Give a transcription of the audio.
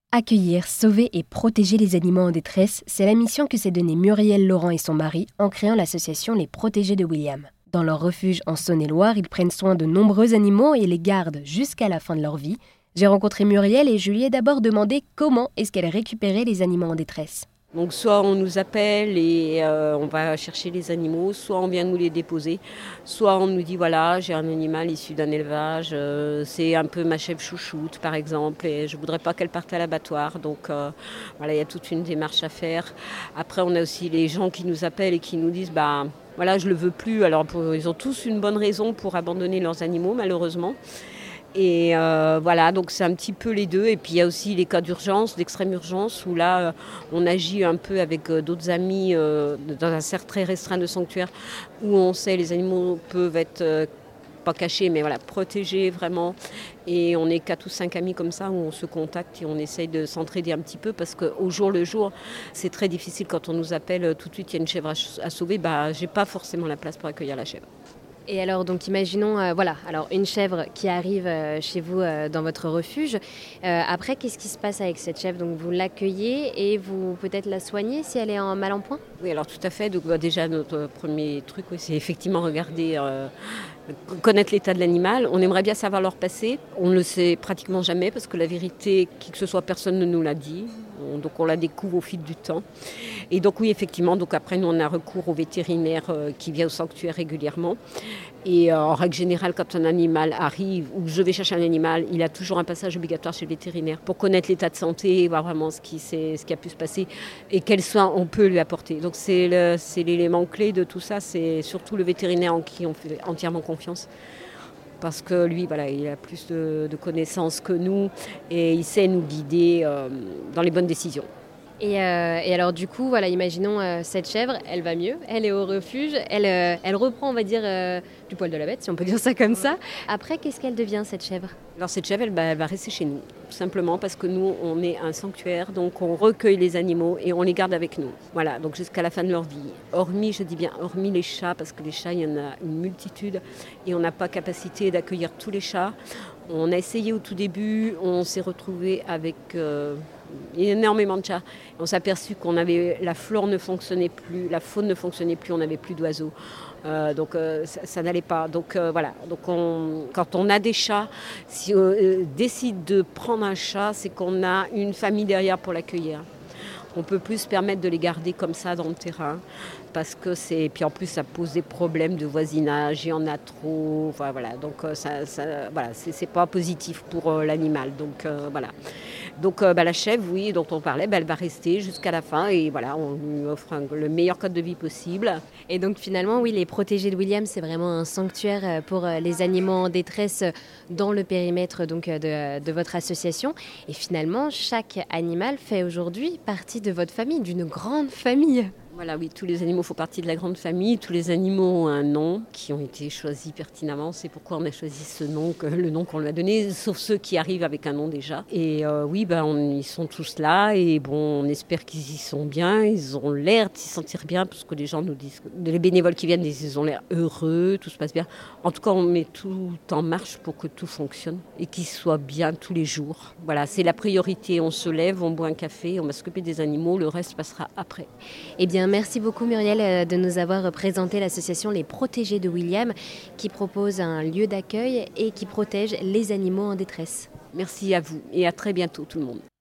Accueillir, sauver et protéger les animaux en détresse, c'est la mission que s'est donnée Muriel Laurent et son mari en créant l'association Les Protégés de William. Dans leur refuge en Saône-et-Loire, ils prennent soin de nombreux animaux et les gardent jusqu'à la fin de leur vie. J'ai rencontré Muriel et je lui ai d'abord demandé comment est-ce qu'elle récupérait les animaux en détresse. Donc soit on nous appelle et on va chercher les animaux, soit on vient nous les déposer, soit on nous dit voilà j'ai un animal issu d'un élevage, c'est un peu ma chèvre chouchoute par exemple et je ne voudrais pas qu'elle parte à l'abattoir. Donc voilà, il y a toute une démarche à faire. Après on a aussi les gens qui nous appellent et qui nous disent voilà je le veux plus. Alors ils ont tous une bonne raison pour abandonner leurs animaux malheureusement. Et voilà, donc c'est un petit peu les deux. Et puis il y a aussi les cas d'urgence, d'extrême urgence, où là, on agit un peu avec d'autres amis dans un cercle très restreint de sanctuaire, où on sait les animaux peuvent être pas cachés, mais voilà, protégés vraiment. Et on est 4 ou 5 amis comme ça, où on se contacte et on essaye de s'entraider un petit peu, parce qu'au jour le jour, c'est très difficile quand on nous appelle tout de suite, il y a une chèvre à sauver, j'ai pas forcément la place pour accueillir la chèvre. Et alors, donc imaginons, alors une chèvre qui arrive chez vous dans votre refuge. Après, qu'est-ce qui se passe avec cette chèvre? Donc vous l'accueillez et vous peut-être la soignez si elle est en mal en point? Oui, alors tout à fait. Donc déjà, notre premier truc, oui, c'est effectivement regarder, connaître l'état de l'animal. On aimerait bien savoir leur passé. On ne le sait pratiquement jamais parce que la vérité, qui que ce soit, personne ne nous l'a dit. Donc on la découvre au fil du temps. Et donc oui, effectivement, donc après nous on a recours au vétérinaire qui vient au sanctuaire régulièrement. Et en règle générale, quand un animal arrive ou je vais chercher un animal, il a toujours un passage obligatoire chez le vétérinaire pour connaître l'état de santé, voir vraiment ce qui a pu se passer et quels soins on peut lui apporter. Donc c'est l'élément clé de tout ça, c'est surtout le vétérinaire en qui on fait entièrement confiance. Parce que lui, voilà, il a plus de connaissances que nous et il sait nous guider dans les bonnes décisions. Et alors du coup, voilà, imaginons cette chèvre, elle va mieux, elle est au refuge, elle reprend, on va dire, du poil de la bête, si on peut dire ça comme ça. Après, qu'est-ce qu'elle devient, cette chèvre? Alors cette chèvre, elle va rester chez nous, tout simplement parce que nous, on est un sanctuaire, donc on recueille les animaux et on les garde avec nous. Voilà, donc jusqu'à la fin de leur vie. Hormis, je dis bien, hormis les chats, parce que les chats, il y en a une multitude et on n'a pas capacité d'accueillir tous les chats. On a essayé au tout début, on s'est retrouvé avec énormément de chats. On s'est aperçu la flore ne fonctionnait plus, la faune ne fonctionnait plus, on n'avait plus d'oiseaux. Donc ça n'allait pas. Donc voilà. Donc quand on a des chats, si on décide de prendre un chat, c'est qu'on a une famille derrière pour l'accueillir. On peut plus se permettre de les garder comme ça dans le terrain parce que puis en plus ça pose des problèmes de voisinage, il y en a trop, voilà. Donc voilà, c'est pas positif pour l'animal. Donc voilà. Donc la chèvre, oui, dont on parlait, elle va rester jusqu'à la fin et voilà, on lui offre le meilleur cadre de vie possible. Et donc finalement, oui, les Protégés de William, c'est vraiment un sanctuaire pour les animaux en détresse dans le périmètre donc, de votre association. Et finalement, chaque animal fait aujourd'hui partie de votre famille, d'une grande famille. Voilà, oui, tous les animaux font partie de la grande famille. Tous les animaux ont un nom qui ont été choisis pertinemment. C'est pourquoi on a choisi ce nom, le nom qu'on lui a donné, sauf ceux qui arrivent avec un nom déjà. Et oui, ils sont tous là et bon, on espère qu'ils y sont bien. Ils ont l'air de s'y sentir bien parce que les gens nous disent, les bénévoles qui viennent, ils ont l'air heureux, tout se passe bien. En tout cas, on met tout en marche pour que tout fonctionne et qu'ils soient bien tous les jours. Voilà, c'est la priorité. On se lève, on boit un café, on va s'occuper des animaux. Le reste passera après. Eh bien, merci beaucoup Muriel de nous avoir présenté l'association Les Protégés de William qui propose un lieu d'accueil et qui protège les animaux en détresse. Merci à vous et à très bientôt tout le monde.